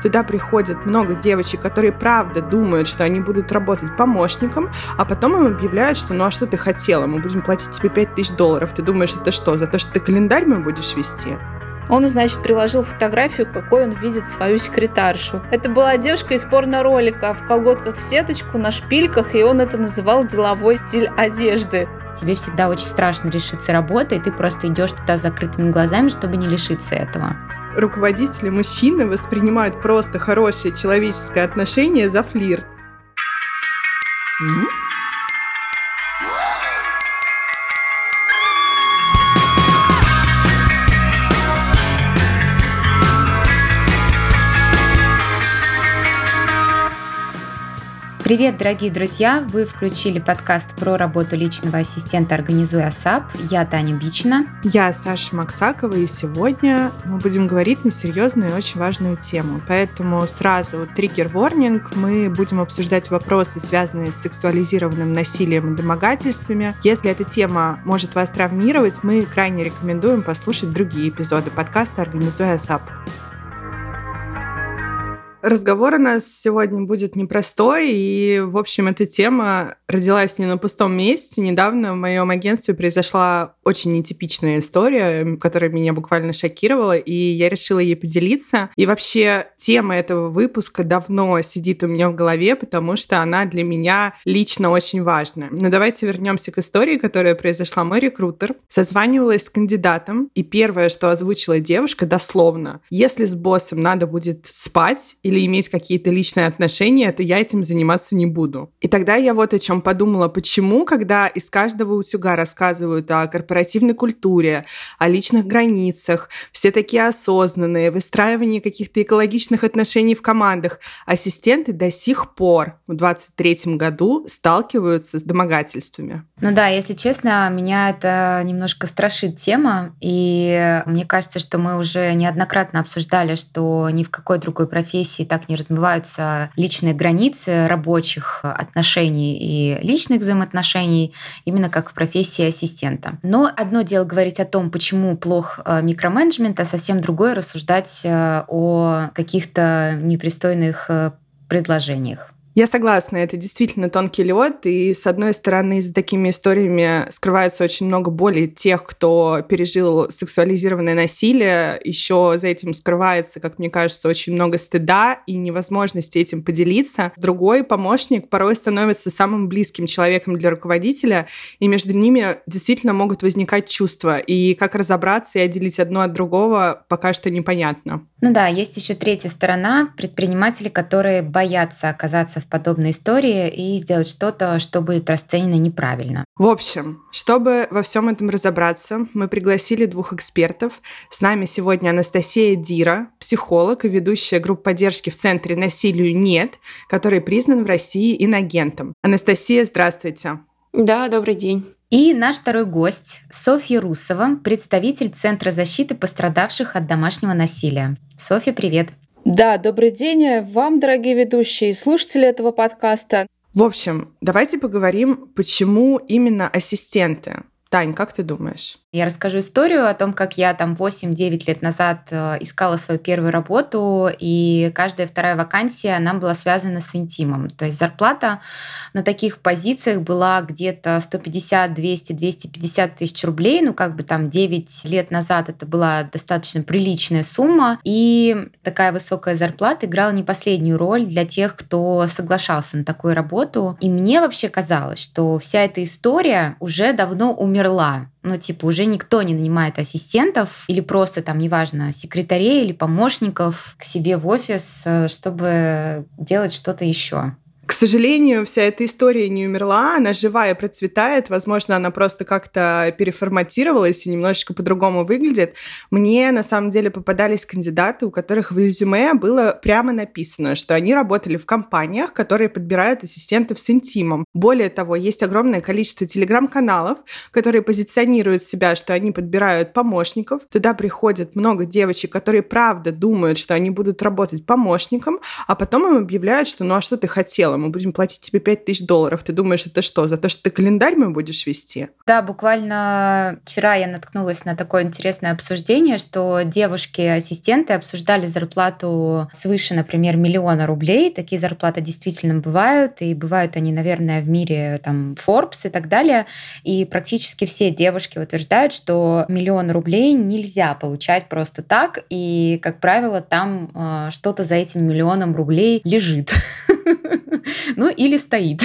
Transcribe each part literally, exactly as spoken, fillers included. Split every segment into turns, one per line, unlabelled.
Туда приходит много девочек, которые правда думают, что они будут работать помощником, а потом им объявляют, что ну а что ты хотела? Мы будем платить тебе пять тысяч долларов. Ты думаешь, это что, за то, что ты календарь мы будешь вести?
Он, значит, приложил фотографию, какой он видит свою секретаршу. Это была девушка из порно-ролика в колготках в сеточку, на шпильках, и он это называл деловой стиль одежды.
Тебе всегда очень страшно лишиться работы, и ты просто идешь туда с закрытыми глазами, чтобы не лишиться этого.
Руководители мужчины воспринимают просто хорошее человеческое отношение за флирт. Mm-hmm.
Привет, дорогие друзья! Вы включили подкаст про работу личного ассистента «Организуй АСАП». Я Таня Бичина.
Я Саша Максакова, и сегодня мы будем говорить на серьезную и очень важную тему. Поэтому сразу триггер-ворнинг. Мы будем обсуждать вопросы, связанные с сексуализированным насилием и домогательствами. Если эта тема может вас травмировать, мы крайне рекомендуем послушать другие эпизоды подкаста «Организуй АСАП». Разговор у нас сегодня будет непростой, и, в общем, эта тема родилась не на пустом месте. Недавно в моем агентстве произошла очень нетипичная история, которая меня буквально шокировала, и я решила ей поделиться. И вообще тема этого выпуска давно сидит у меня в голове, потому что она для меня лично очень важна. Но давайте вернемся к истории, которая произошла. Мой рекрутер созванивалась с кандидатом, и первое, что озвучила девушка, дословно: если с боссом надо будет спать или иметь какие-то личные отношения, то я этим заниматься не буду. И тогда я вот о чем подумала. Почему, когда из каждого утюга рассказывают о корпоративной культуре, о личных границах, все такие осознанные, выстраивании каких-то экологичных отношений в командах, ассистенты до сих пор в двадцать третьем году сталкиваются с домогательствами?
Ну да, если честно, меня это немножко страшит тема, и мне кажется, что мы уже неоднократно обсуждали, что ни в какой другой профессии так не размываются личные границы рабочих отношений и личных взаимоотношений, именно как в профессии ассистента. Но одно дело говорить о том, почему плох микроменеджмент, а совсем другое рассуждать о каких-то непристойных предложениях.
Я согласна, это действительно тонкий лед, и, с одной стороны, за такими историями скрывается очень много боли тех, кто пережил сексуализированное насилие, еще за этим скрывается, как мне кажется, очень много стыда и невозможности этим поделиться. С другой, помощник порой становится самым близким человеком для руководителя, и между ними действительно могут возникать чувства, и как разобраться и отделить одно от другого пока что непонятно.
Ну да, есть еще третья сторона — предприниматели, которые боятся оказаться в подобной истории и сделать что-то, что будет расценено неправильно.
В общем, чтобы во всем этом разобраться, мы пригласили двух экспертов. С нами сегодня Анастасия Дира, психолог и ведущая группы поддержки в Центре «Насилию нет», который признан в России инагентом. Анастасия, здравствуйте.
Да, добрый день.
И наш второй гость — Софья Русова, представитель Центра защиты пострадавших от домашнего насилия. Софья, привет.
Да, добрый день вам, дорогие ведущие и слушатели этого подкаста.
В общем, давайте поговорим, почему именно ассистенты. Тань, как ты думаешь?
Я расскажу историю о том, как я там восемь-девять лет назад искала свою первую работу, и каждая вторая вакансия, она была связана с интимом. То есть зарплата на таких позициях была где-то сто пятьдесят, двести, двести пятьдесят тысяч рублей. Ну, как бы там девять лет назад это была достаточно приличная сумма, и такая высокая зарплата играла не последнюю роль для тех, кто соглашался на такую работу. И мне вообще казалось, что вся эта история уже давно умерла. Ну, типа, уже никто не нанимает ассистентов или просто там, неважно, секретарей или помощников к себе в офис, чтобы делать что-то еще.
К сожалению, вся эта история не умерла, она живая, процветает. Возможно, она просто как-то переформатировалась и немножечко по-другому выглядит. Мне, на самом деле, попадались кандидаты, у которых в резюме было прямо написано, что они работали в компаниях, которые подбирают ассистентов с интимом. Более того, есть огромное количество телеграм-каналов, которые позиционируют себя, что они подбирают помощников. Туда приходит много девочек, которые правда думают, что они будут работать помощником, а потом им объявляют, что ну а что ты хотела? мы будем платить тебе пять тысяч долларов. Ты думаешь, это что, за то, что ты календарь мой будешь вести?
Да, буквально вчера я наткнулась на такое интересное обсуждение, что девушки-ассистенты обсуждали зарплату свыше, например, миллиона рублей. Такие зарплаты действительно бывают, и бывают они, наверное, в мире там Forbes и так далее. И практически все девушки утверждают, что миллион рублей нельзя получать просто так, и, как правило, там э, что-то за этим миллионом рублей лежит. Ну, или стоит.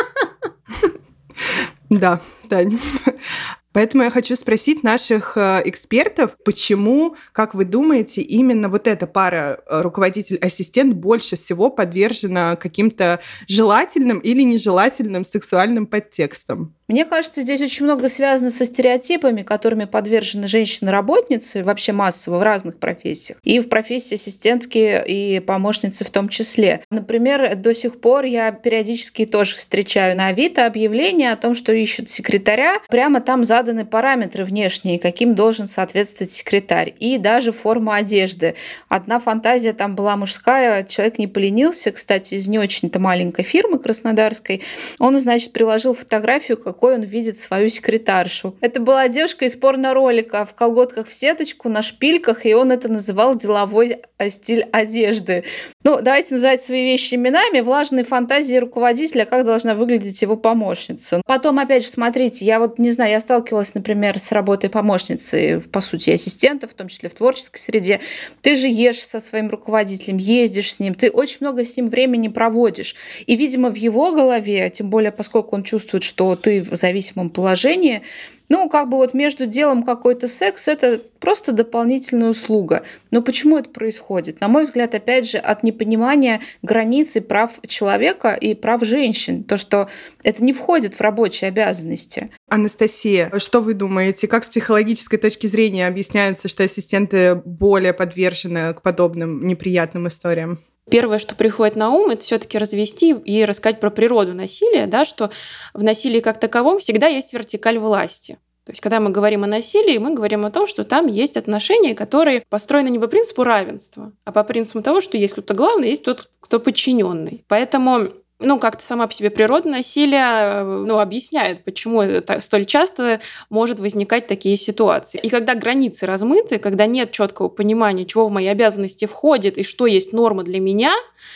Да, Тань. Поэтому я хочу спросить наших экспертов, почему, как вы думаете, именно вот эта пара руководитель-ассистент больше всего подвержена каким-то желательным или нежелательным сексуальным подтекстам?
Мне кажется, здесь очень много связано со стереотипами, которыми подвержены женщины-работницы вообще массово в разных профессиях. И в профессии ассистентки и помощницы в том числе. Например, до сих пор я периодически тоже встречаю на Авито объявления о том, что ищут секретаря. Прямо там заданы параметры внешние, каким должен соответствовать секретарь. И даже форма одежды. Одна фантазия там была мужская, человек не поленился, кстати, из не очень-то маленькой фирмы краснодарской. Он, значит, приложил фотографию, как какой он видит свою секретаршу. Это была девушка из порно-ролика в колготках в сеточку, на шпильках, и он это называл деловой стиль одежды. Ну, давайте называть свои вещи именами. Влажные фантазии руководителя, как должна выглядеть его помощница. Потом, опять же, смотрите, я вот не знаю, я сталкивалась, например, с работой помощницы, по сути, ассистента, в том числе в творческой среде. Ты же ешь со своим руководителем, ездишь с ним, ты очень много с ним времени проводишь. И, видимо, в его голове, тем более, поскольку он чувствует, что ты в зависимом положении, ну, как бы вот между делом какой-то секс – это просто дополнительная услуга. Но почему это происходит? На мой взгляд, опять же, от непонимания границ и прав человека и прав женщин. То, что это не входит в рабочие обязанности.
Анастасия, что вы думаете, как с психологической точки зрения объясняется, что ассистенты более подвержены к подобным неприятным историям?
Первое, что приходит на ум, это все-таки развести и рассказать про природу насилия, да, что в насилии как таковом всегда есть вертикаль власти. То есть, когда мы говорим о насилии, мы говорим о том, что там есть отношения, которые построены не по принципу равенства, а по принципу того, что есть кто-то главный, есть тот, кто подчиненный. Поэтому ну, как-то сама по себе природа насилия ну, объясняет, почему это столь часто может возникать такие ситуации. И когда границы размыты, когда нет четкого понимания, чего в мои обязанности входит и что есть норма для меня,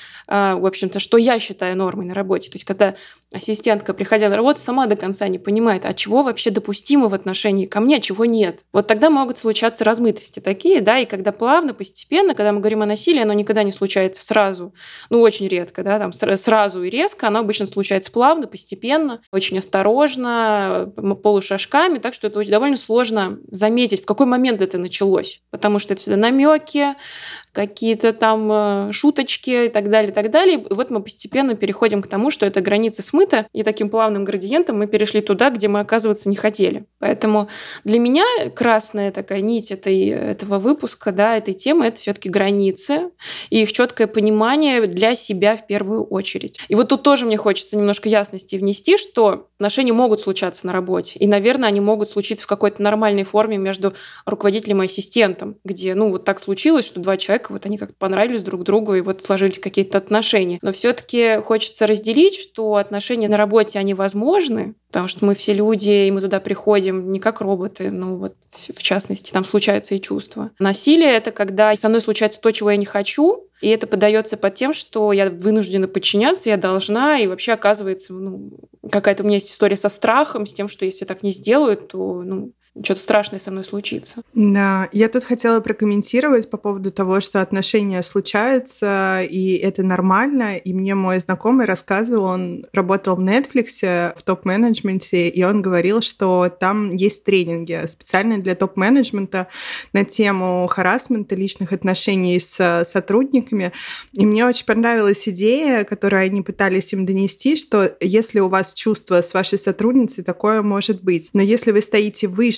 в общем-то, что я считаю нормой на работе. То есть, когда ассистентка, приходя на работу, сама до конца не понимает, а чего вообще допустимо в отношении ко мне, а чего нет. Вот тогда могут случаться размытости такие, да, и когда плавно, постепенно, когда мы говорим о насилии, оно никогда не случается сразу, ну, очень редко, да, там сразу и резко, оно обычно случается плавно, постепенно, очень осторожно, полушажками, так что это очень довольно сложно заметить, в какой момент это началось, потому что это всегда намеки, какие-то там шуточки и так далее, и так далее. И вот мы постепенно переходим к тому, что эта граница смыта, и таким плавным градиентом мы перешли туда, где мы оказываться не хотели. Поэтому для меня красная такая нить этой, этого выпуска, да, этой темы, это все-таки границы и их четкое понимание для себя в первую очередь. И вот тут тоже мне хочется немножко ясности внести, что отношения могут случаться на работе, и, наверное, они могут случиться в какой-то нормальной форме между руководителем и ассистентом, где, ну, вот так случилось, что два человека, вот они как-то понравились друг другу, и вот сложились какие-то отношения. Но все-таки хочется разделить, что отношения на работе, они возможны, потому что мы все люди, и мы туда приходим не как роботы, ну вот в частности, там случаются и чувства. Насилие — это когда со мной случается то, чего я не хочу, и это подается под тем, что я вынуждена подчиняться, я должна, и вообще оказывается, ну, какая-то у меня есть история со страхом, с тем, что если так не сделают, то, ну, что-то страшное со мной случится.
Да, я тут хотела прокомментировать по поводу того, что отношения случаются, и это нормально. И мне мой знакомый рассказывал, он работал в Netflix в топ-менеджменте, и он говорил, что там есть тренинги специальные для топ-менеджмента на тему харассмента, личных отношений с сотрудниками. И мне очень понравилась идея, которую они пытались им донести, что если у вас чувство с вашей сотрудницей, такое может быть. Но если вы стоите выше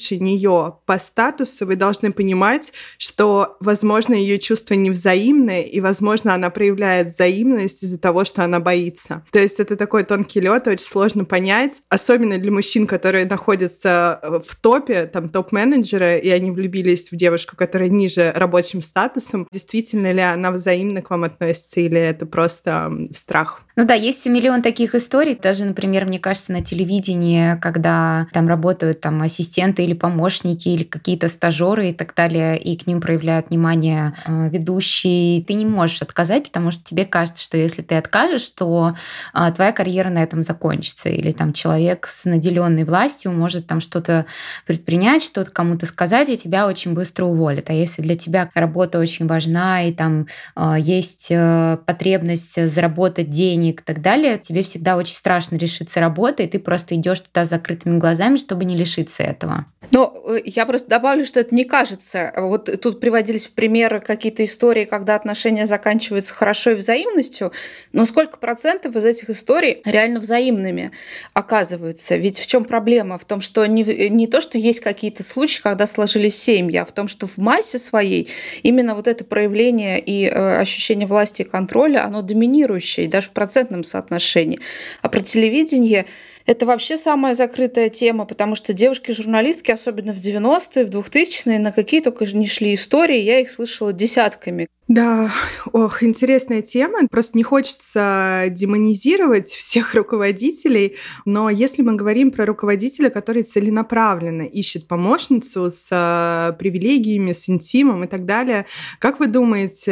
выше нее по статусу, вы должны понимать, что, возможно, ее чувства невзаимные, и, возможно, она проявляет взаимность из-за того, что она боится. То есть это такой тонкий лед, очень сложно понять, особенно для мужчин, которые находятся в топе, там топ-менеджеры, и они влюбились в девушку, которая ниже рабочим статусом. Действительно ли она взаимно к вам относится, или это просто страх?
Ну да, есть миллион таких историй. Даже, например, мне кажется, на телевидении, когда там работают там ассистенты или помощники, или какие-то стажеры и так далее, и к ним проявляют внимание э, ведущие, ты не можешь отказать, потому что тебе кажется, что если ты откажешь, то э, твоя карьера на этом закончится. Или там человек с наделенной властью может там что-то предпринять, что-то кому-то сказать, и тебя очень быстро уволят. А если для тебя работа очень важна, и там э, есть э, потребность заработать денег, и так далее, тебе всегда очень страшно решиться работать, и ты просто идешь туда с закрытыми глазами, чтобы не лишиться этого.
Но я просто добавлю, что это не кажется. Вот тут приводились в пример какие-то истории, когда отношения заканчиваются хорошо и взаимностью, но сколько процентов из этих историй реально взаимными оказываются? Ведь в чем проблема? В том, что не, не то, что есть какие-то случаи, когда сложились семьи, а в том, что в массе своей именно вот это проявление и ощущение власти и контроля, оно доминирующее, и даже в процентном соотношении. А про телевидение это вообще самая закрытая тема, потому что девушки-журналистки, особенно в девяностые, в двухтысячные, на какие только не шли истории, я их слышала десятками.
Да, ох, интересная тема. Просто не хочется демонизировать всех руководителей, но если мы говорим про руководителя, который целенаправленно ищет помощницу с привилегиями, с интимом и так далее, как вы думаете,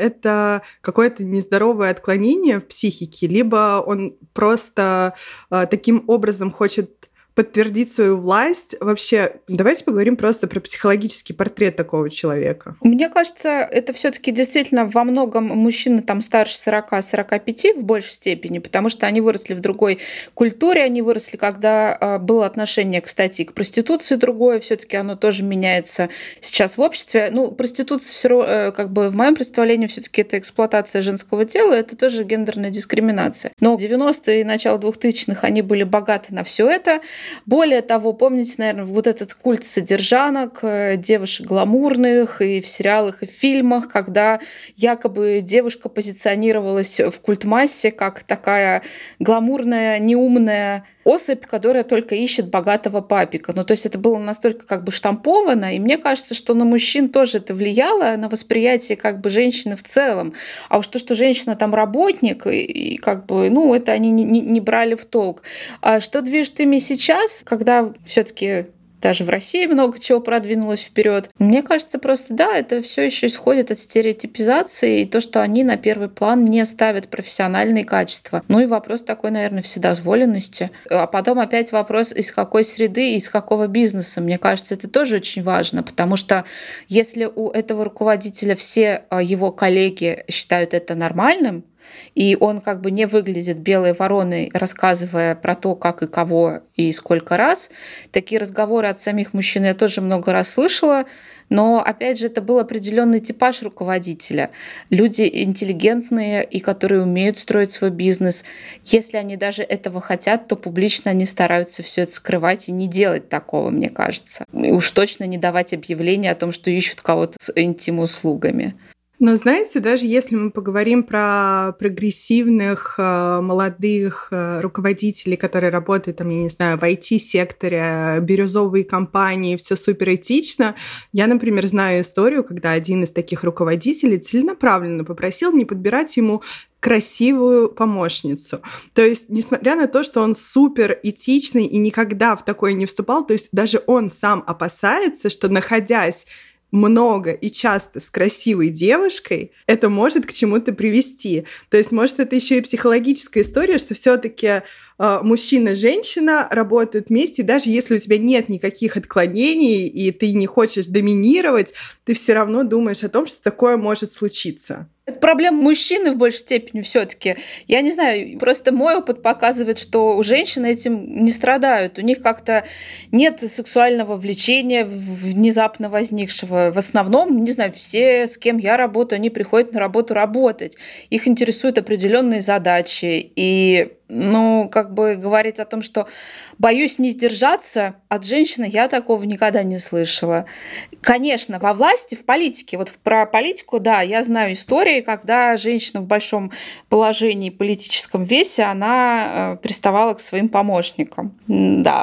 это какое-то нездоровое отклонение в психике, либо он просто таким образом хочет подтвердить свою власть? Вообще, давайте поговорим просто про психологический портрет такого человека.
Мне кажется, это все-таки действительно во многом мужчины там старше сорока-сорока пяти в большей степени, потому что они выросли в другой культуре, они выросли, когда было отношение, кстати, к проституции другое, все-таки оно тоже меняется сейчас в обществе. Ну, проституция все равно, как бы в моем представлении, все-таки это эксплуатация женского тела, это тоже гендерная дискриминация. Но в девяностые и начало двухтысячных они были богаты на все это. Более того, помните, наверное, вот этот культ содержанок, девушек гламурных и в сериалах, и в фильмах, когда якобы девушка позиционировалась в культмассе как такая гламурная, неумная особь, которая только ищет богатого папика. Ну, то есть это было настолько как бы штамповано, и мне кажется, что на мужчин тоже это влияло, на восприятие как бы женщины в целом. А уж то, что женщина там работник, и, и как бы, ну, это они не, не, не брали в толк. А что движет ими сейчас, когда все-таки даже в России много чего продвинулось вперед. Мне кажется, просто да, это все еще исходит от стереотипизации и то, что они на первый план не ставят профессиональные качества. Ну и вопрос такой, наверное, вседозволенности. А потом опять вопрос, из какой среды, из какого бизнеса. Мне кажется, это тоже очень важно, потому что если у этого руководителя все его коллеги считают это нормальным, и он как бы не выглядит белой вороной, рассказывая про то, как и кого и сколько раз. Такие разговоры от самих мужчин я тоже много раз слышала, но, опять же, это был определенный типаж руководителя. Люди интеллигентные и которые умеют строить свой бизнес. Если они даже этого хотят, то публично они стараются все это скрывать и не делать такого, мне кажется. И уж точно не давать объявления о том, что ищут кого-то с интим-услугами.
Но знаете, даже если мы поговорим про прогрессивных, молодых руководителей, которые работают, там, я не знаю, в ай ти-секторе, бирюзовые компании, все суперэтично. Я, например, знаю историю, когда один из таких руководителей целенаправленно попросил не подбирать ему красивую помощницу. То есть, несмотря на то, что он супер этичный и никогда в такое не вступал, то есть даже он сам опасается, что, находясь много и часто с красивой девушкой, это может к чему-то привести. То есть, может, это еще и психологическая история, что все-таки э, мужчина и женщина работают вместе, и даже если у тебя нет никаких отклонений, и ты не хочешь доминировать, ты все равно думаешь о том, что такое может случиться.
Это проблема мужчины в большей степени все-таки. Я не знаю, просто мой опыт показывает, что у женщин этим не страдают. У них как-то нет сексуального влечения внезапно возникшего. В основном, не знаю, все, с кем я работаю, они приходят на работу работать. Их интересуют определенные задачи. И ну, как бы говорить о том, что боюсь не сдержаться, от женщины я такого никогда не слышала. Конечно, во власти, в политике, вот про политику, да, я знаю истории, когда женщина в большом положении, политическом весе, она приставала к своим помощникам. Да,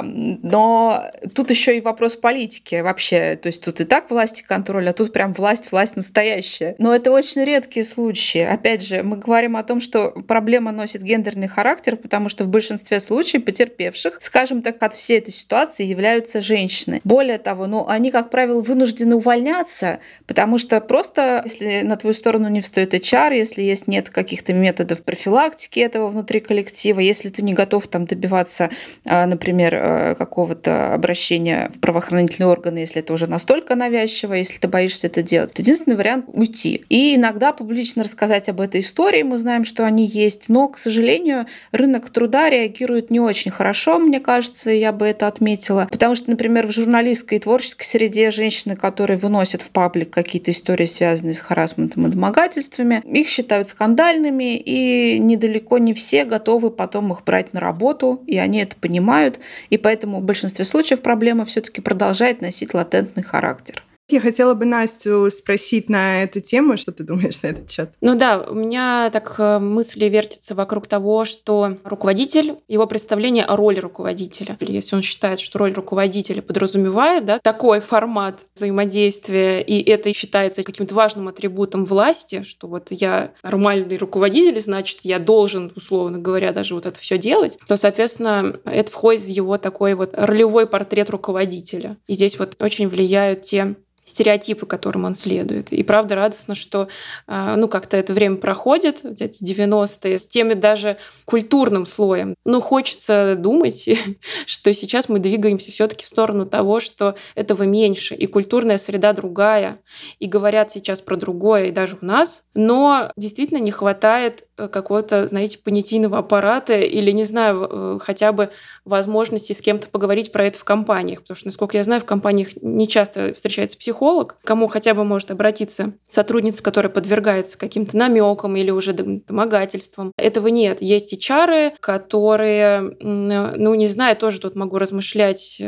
но тут еще и вопрос политики вообще. То есть тут и так власть и контроль, а тут прям власть, власть настоящая. Но это очень редкие случаи. Опять же, мы говорим о том, что проблема носит гендерный характер, потому что в большинстве случаев потерпевших, скажем так, от всей этой ситуации являются женщины. Более того, ну, они, как правило, вынуждены увольняться, потому что просто, если на твою сторону не встает эйч ар, если есть нет каких-то методов профилактики этого внутри коллектива, если ты не готов там добиваться, например, какого-то обращения в правоохранительные органы, если это уже настолько навязчиво, если ты боишься это делать, то единственный вариант — уйти. И иногда публично рассказать об этой истории, мы знаем, что они есть, но, к сожалению, рынок труда реагирует не очень хорошо, мне кажется, я бы это отметила, потому что, например, в журналистской и творческой среде женщины, которые выносят в паблик какие-то истории, связанные с харассментом и домогательствами, их считают скандальными, и недалеко не все готовы потом их брать на работу, и они это понимают, и поэтому в большинстве случаев проблема все-таки продолжает носить латентный характер.
Я хотела бы Настю спросить на эту тему, что ты думаешь на этот счет?
Ну да, у меня так мысли вертятся вокруг того, что руководитель, его представление о роли руководителя, если он считает, что роль руководителя подразумевает, да, такой формат взаимодействия, и это считается каким-то важным атрибутом власти, что вот я нормальный руководитель, значит, я должен, условно говоря, даже вот это все делать, то, соответственно, это входит в его такой вот ролевой портрет руководителя. И здесь вот очень влияют те стереотипы, которым он следует. И правда радостно, что ну, как-то это время проходит, эти девяностые, с теми даже культурным слоем. Но хочется думать, что сейчас мы двигаемся все-таки в сторону того, что этого меньше, и культурная среда другая, и говорят сейчас про другое, и даже у нас, но действительно не хватает какого-то, знаете, понятийного аппарата или, не знаю, хотя бы возможности с кем-то поговорить про это в компаниях. Потому что, насколько я знаю, в компаниях не часто встречается психолог, кому хотя бы может обратиться сотрудница, которая подвергается каким-то намекам или уже домогательствам. Этого нет. Есть эйч ар, которые, ну, не знаю, тоже тут могу размышлять,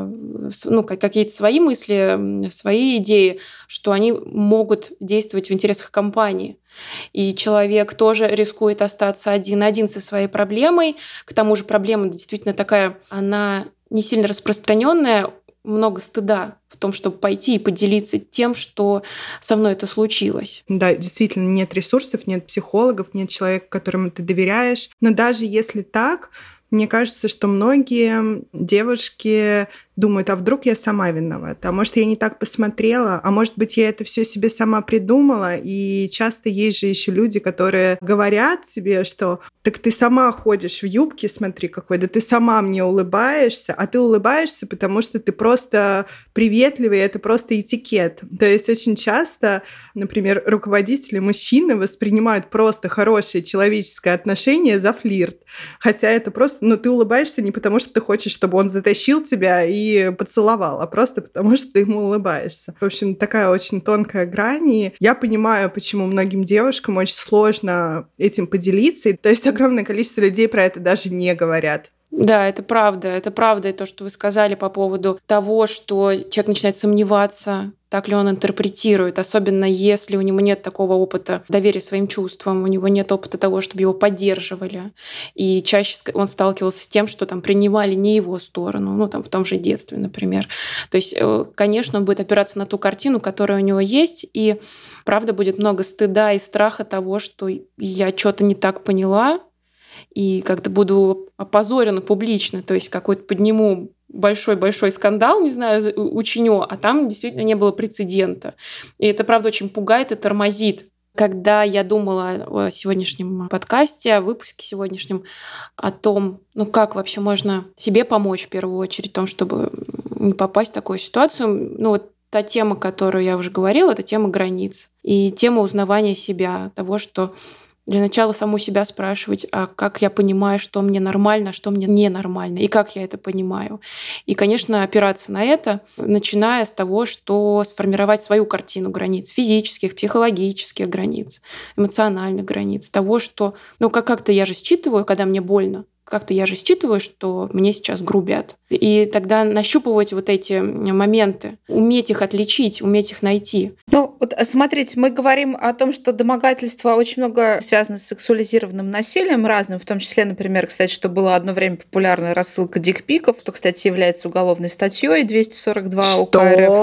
ну, какие-то свои мысли, свои идеи, что они могут действовать в интересах компании. И человек тоже рискует остаться один-один со своей проблемой. К тому же проблема действительно такая, она не сильно распространенная, много стыда в том, чтобы пойти и поделиться тем, что со мной это случилось.
Да, действительно, нет ресурсов, нет психологов, нет человека, которому ты доверяешь. Но даже если так, мне кажется, что многие девушки думают, а вдруг я сама виновата, а может, я не так посмотрела, а может быть, я это все себе сама придумала. И часто есть же еще люди, которые говорят тебе, что так ты сама ходишь в юбке, смотри какой, да ты сама мне улыбаешься, а ты улыбаешься, потому что ты просто приветливый, это просто этикет. То есть очень часто, например, руководители мужчины воспринимают просто хорошее человеческое отношение за флирт. Хотя это просто, ну, ты улыбаешься не потому, что ты хочешь, чтобы он затащил тебя и поцеловал, а просто потому, что ты ему улыбаешься. В общем, такая очень тонкая грань. И я понимаю, почему многим девушкам очень сложно этим поделиться. То есть огромное количество людей про это даже не говорят.
Да, это правда. Это правда. И то, что вы сказали по поводу того, что человек начинает сомневаться, так ли он интерпретирует, особенно если у него нет такого опыта доверия своим чувствам, у него нет опыта того, чтобы его поддерживали. И чаще он сталкивался с тем, что там принимали не его сторону, ну там в том же детстве, например. То есть, конечно, он будет опираться на ту картину, которая у него есть, и правда будет много стыда и страха того, что я что-то не так поняла, и как-то буду опозорена публично, то есть какой-то подниму большой-большой скандал, не знаю, учиню, а там действительно не было прецедента. И это, правда, очень пугает и тормозит. Когда я думала о сегодняшнем подкасте, о выпуске сегодняшнем, о том, ну как вообще можно себе помочь в первую очередь, в том, чтобы не попасть в такую ситуацию, ну вот та тема, которую я уже говорила, это тема границ. И тема узнавания себя, того, что для начала саму себя спрашивать, а как я понимаю, что мне нормально, а что мне ненормально, и как я это понимаю. И, конечно, опираться на это, начиная с того, что сформировать свою картину границ, физических, психологических границ, эмоциональных границ, того, что, ну, как- как-то я же считываю, когда мне больно. как-то я же считываю, что мне сейчас грубят. И тогда нащупывать вот эти моменты, уметь их отличить, уметь их найти.
Ну, вот смотрите, мы говорим о том, что домогательство очень много связано с сексуализированным насилием разным, в том числе, например, кстати, что было одно время популярная рассылка дикпиков, что, кстати, является уголовной статьей двести сорок два УК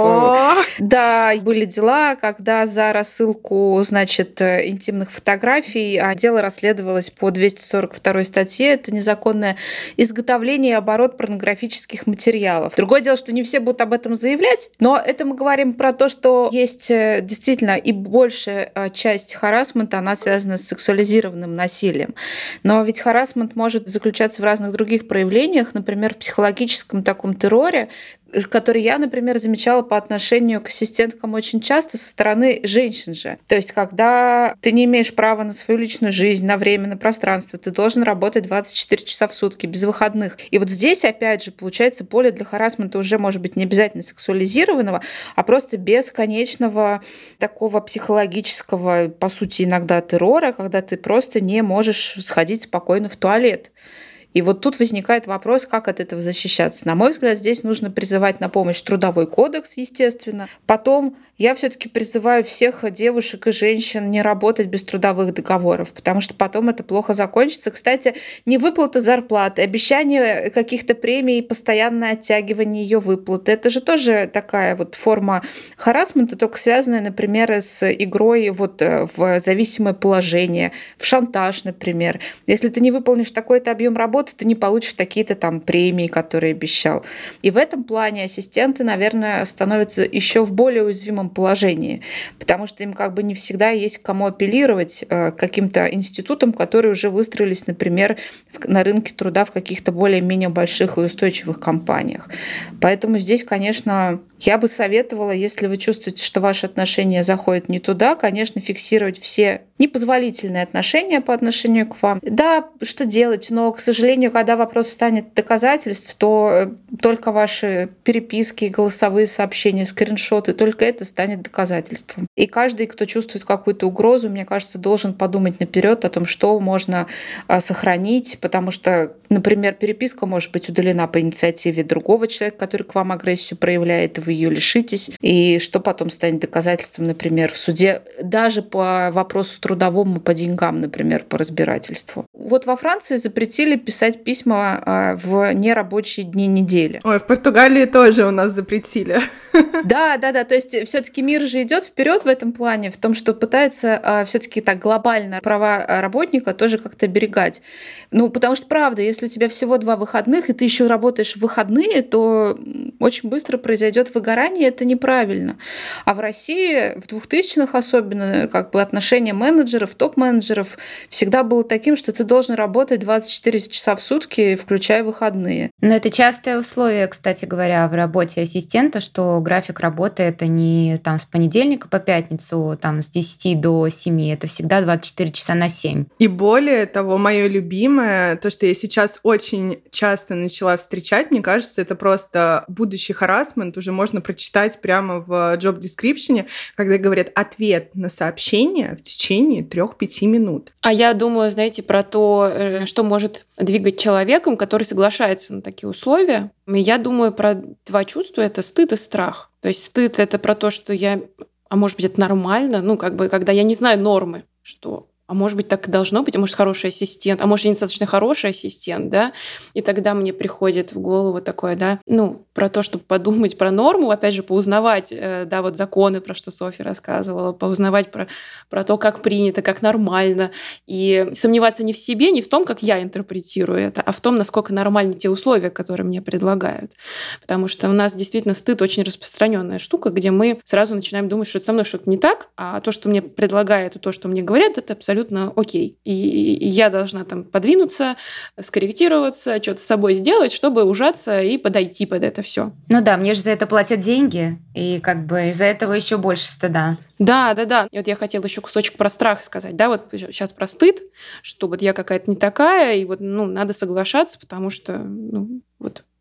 РФ. Да, были дела, когда за рассылку, значит, интимных фотографий, а дело расследовалось по двести сорок второй статье, это незаконно законное изготовление и оборот порнографических материалов. Другое дело, что не все будут об этом заявлять, но это мы говорим про то, что есть действительно и большая часть харассмента, она связана с сексуализированным насилием. Но ведь харассмент может заключаться в разных других проявлениях, например, в психологическом таком терроре, который я, например, замечала по отношению к ассистенткам очень часто со стороны женщин же. То есть, когда ты не имеешь права на свою личную жизнь, на время, на пространство, ты должен работать двадцать четыре часа в сутки, без выходных. И вот здесь, опять же, получается, поле для харассмента уже может быть не обязательно сексуализированного, а просто бесконечного такого психологического, по сути, иногда террора, когда ты просто не можешь сходить спокойно в туалет. И вот тут возникает вопрос, как от этого защищаться. На мой взгляд, здесь нужно призывать на помощь Трудовой кодекс, естественно. Потом я все-таки призываю всех девушек и женщин не работать без трудовых договоров, потому что потом это плохо закончится. Кстати, невыплата зарплаты, обещание каких-то премий и постоянное оттягивание ее выплаты. Это же тоже такая вот форма харассмента, только связанная, например, с игрой вот в зависимое положение, в шантаж, например. Если ты не выполнишь такой-то объем работы, ты не получишь такие-то там премии, которые обещал. И в этом плане ассистенты, наверное, становятся еще в более уязвимом положении, потому что им как бы не всегда есть к кому апеллировать, к каким-то институтам, которые уже выстроились, например, на рынке труда в каких-то более-менее больших и устойчивых компаниях. Поэтому здесь, конечно, я бы советовала, если вы чувствуете, что ваши отношения заходят не туда, конечно, фиксировать все непозволительные отношения по отношению к вам. Да, что делать, но, к сожалению, когда вопрос станет доказательств, то только ваши переписки, голосовые сообщения, скриншоты, только это станет доказательством. И каждый, кто чувствует какую-то угрозу, мне кажется, должен подумать наперед о том, что можно сохранить, потому что, например, переписка может быть удалена по инициативе другого человека, который к вам агрессию проявляет, и вы ее лишитесь, и что потом станет доказательством, например, в суде, даже по вопросу трудовому, по деньгам, например, по разбирательству. Вот во Франции запретили писать письма в нерабочие дни недели.
Ой, в Португалии тоже у нас запретили.
Да, да, да. То есть все-таки мир же идет вперед в этом плане, в том, что пытается все-таки так глобально права работника тоже как-то оберегать. Ну, потому что, правда, если у тебя всего два выходных, и ты еще работаешь в выходные, то очень быстро произойдет выгорание, это неправильно. А в России в двухтысячных особенно как бы отношение менеджеров, топ-менеджеров всегда было таким, что ты должен работать двадцать четыре часа в сутки, включая выходные.
Но это частое условие, кстати говоря, в работе ассистента, что график работы — это не там с понедельника по пятницу, там с десяти до семи, это всегда двадцать четыре часа на семь.
И более того, мое любимое, то, что я сейчас очень часто начала встречать, мне кажется, это просто будущий харассмент, уже можно прочитать прямо в job description, когда говорят ответ на сообщение в течение трех-пяти минут.
А я думаю, знаете, про то, что может двигать человеком, который соглашается на такие условия. Я думаю про два чувства. Это стыд и страх. То есть стыд — это про то, что я... А может быть, это нормально? Ну, как бы, когда я не знаю нормы, что... А может быть, так и должно быть, а может, хороший ассистент, а может, я недостаточно хороший ассистент, да, и тогда мне приходит в голову такое, да, ну, про то, чтобы подумать про норму, опять же, поузнавать, да, вот законы, про что Софья рассказывала, поузнавать про, про то, как принято, как нормально, и сомневаться не в себе, не в том, как я интерпретирую это, а в том, насколько нормальны те условия, которые мне предлагают. Потому что у нас действительно стыд очень распространенная штука, где мы сразу начинаем думать, что это со мной что-то не так, а то, что мне предлагают, и то, что мне говорят, это абсолютно абсолютно окей. И, и я должна там подвинуться, скорректироваться, что-то с собой сделать, чтобы ужаться и подойти под это все.
Ну да, мне же за это платят деньги, и как бы из-за этого еще больше стыда.
Да, да, да. И вот я хотела еще кусочек про страх сказать. Да, вот сейчас про стыд, что вот я какая-то не такая, и вот, ну, надо соглашаться, потому что, ну, вот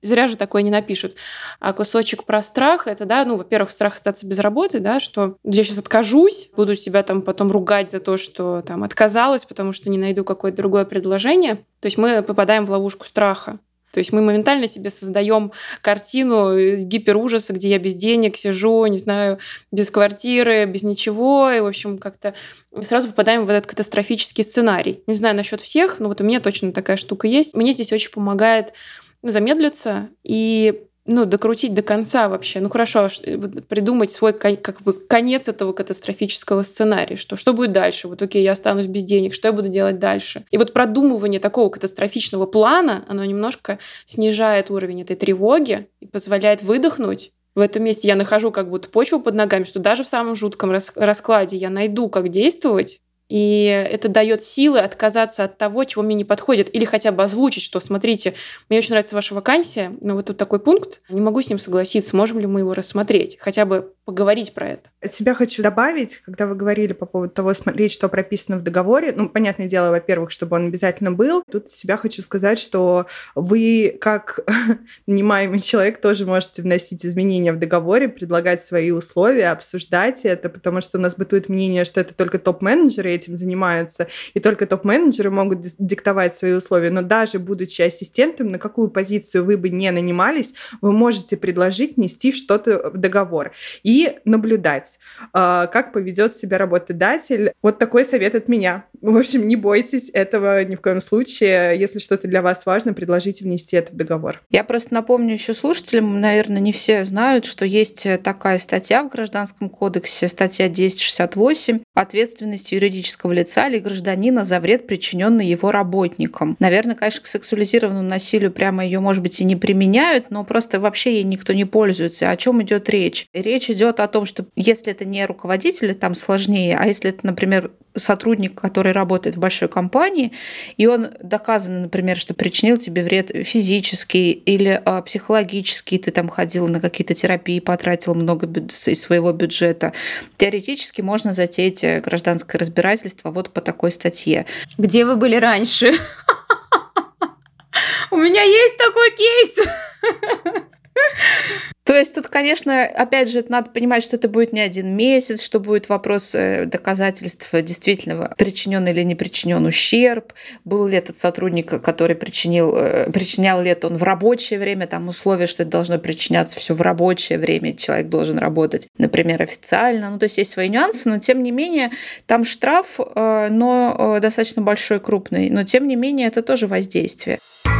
Зря же такое не напишут. А кусочек про страх, это, да, ну, во-первых, страх остаться без работы, да, что я сейчас откажусь, буду себя там потом ругать за то, что там отказалась, потому что не найду какое-то другое предложение. То есть мы попадаем в ловушку страха. То есть мы моментально себе создаем картину гиперужаса, где я без денег сижу, не знаю, без квартиры, без ничего, и, в общем, как-то сразу попадаем в этот катастрофический сценарий. Не знаю насчет всех, но вот у меня точно такая штука есть. Мне здесь очень помогает, ну, замедлиться и, ну, докрутить до конца вообще. Ну, хорошо, придумать свой как бы конец этого катастрофического сценария. Что, что будет дальше? Вот окей, я останусь без денег, что я буду делать дальше? И вот продумывание такого катастрофического плана, оно немножко снижает уровень этой тревоги и позволяет выдохнуть. В этом месте я нахожу как будто почву под ногами, что даже в самом жутком раскладе я найду, как действовать. И это дает силы отказаться от того, чего мне не подходит. Или хотя бы озвучить, что, смотрите, мне очень нравится ваша вакансия, но вот тут такой пункт, не могу с ним согласиться, можем ли мы его рассмотреть, хотя бы поговорить про это.
От себя хочу добавить, когда вы говорили по поводу того, смотреть, что прописано в договоре. Ну, понятное дело, во-первых, чтобы он обязательно был. Тут от себя хочу сказать, что вы, как нанимаемый человек, тоже можете вносить изменения в договоре, предлагать свои условия, обсуждать это, потому что у нас бытует мнение, что это только топ-менеджеры этим занимаются, и только топ-менеджеры могут диктовать свои условия. Но даже будучи ассистентом, на какую позицию вы бы не нанимались, вы можете предложить внести что-то в договор и наблюдать, как поведет себя работодатель. Вот такой совет от меня. В общем, не бойтесь этого ни в коем случае. Если что-то для вас важно, предложите внести это в договор.
Я просто напомню еще слушателям, наверное, не все знают, что есть такая статья в Гражданском кодексе, статья десять шестьдесят восемь, ответственность юридического лица или гражданина за вред, причиненный его работникам. Наверное, конечно, к сексуализированному насилию прямо ее, может быть, и не применяют, но просто вообще ей никто не пользуется. О чем идет речь? Речь идет о том, что если это не руководитель, там сложнее, а если это, например, сотрудник, который работает в большой компании, и он доказано, например, что причинил тебе вред физический или а, психологический, ты там ходил на какие-то терапии, потратил много из своего бюджета, теоретически можно затеять гражданское разбирательство вот по такой статье.
Где вы были раньше? У меня есть такой кейс.
То есть тут, конечно, опять же, надо понимать, что это будет не один месяц, что будет вопрос доказательства, действительно причинен или не причинен ущерб, был ли этот сотрудник, который причинил, причинял ли это он в рабочее время, там условия, что это должно причиняться все в рабочее время, человек должен работать, например, официально. Ну, то есть есть свои нюансы, но тем не менее там штраф, но достаточно большой, крупный, но тем не менее это тоже воздействие.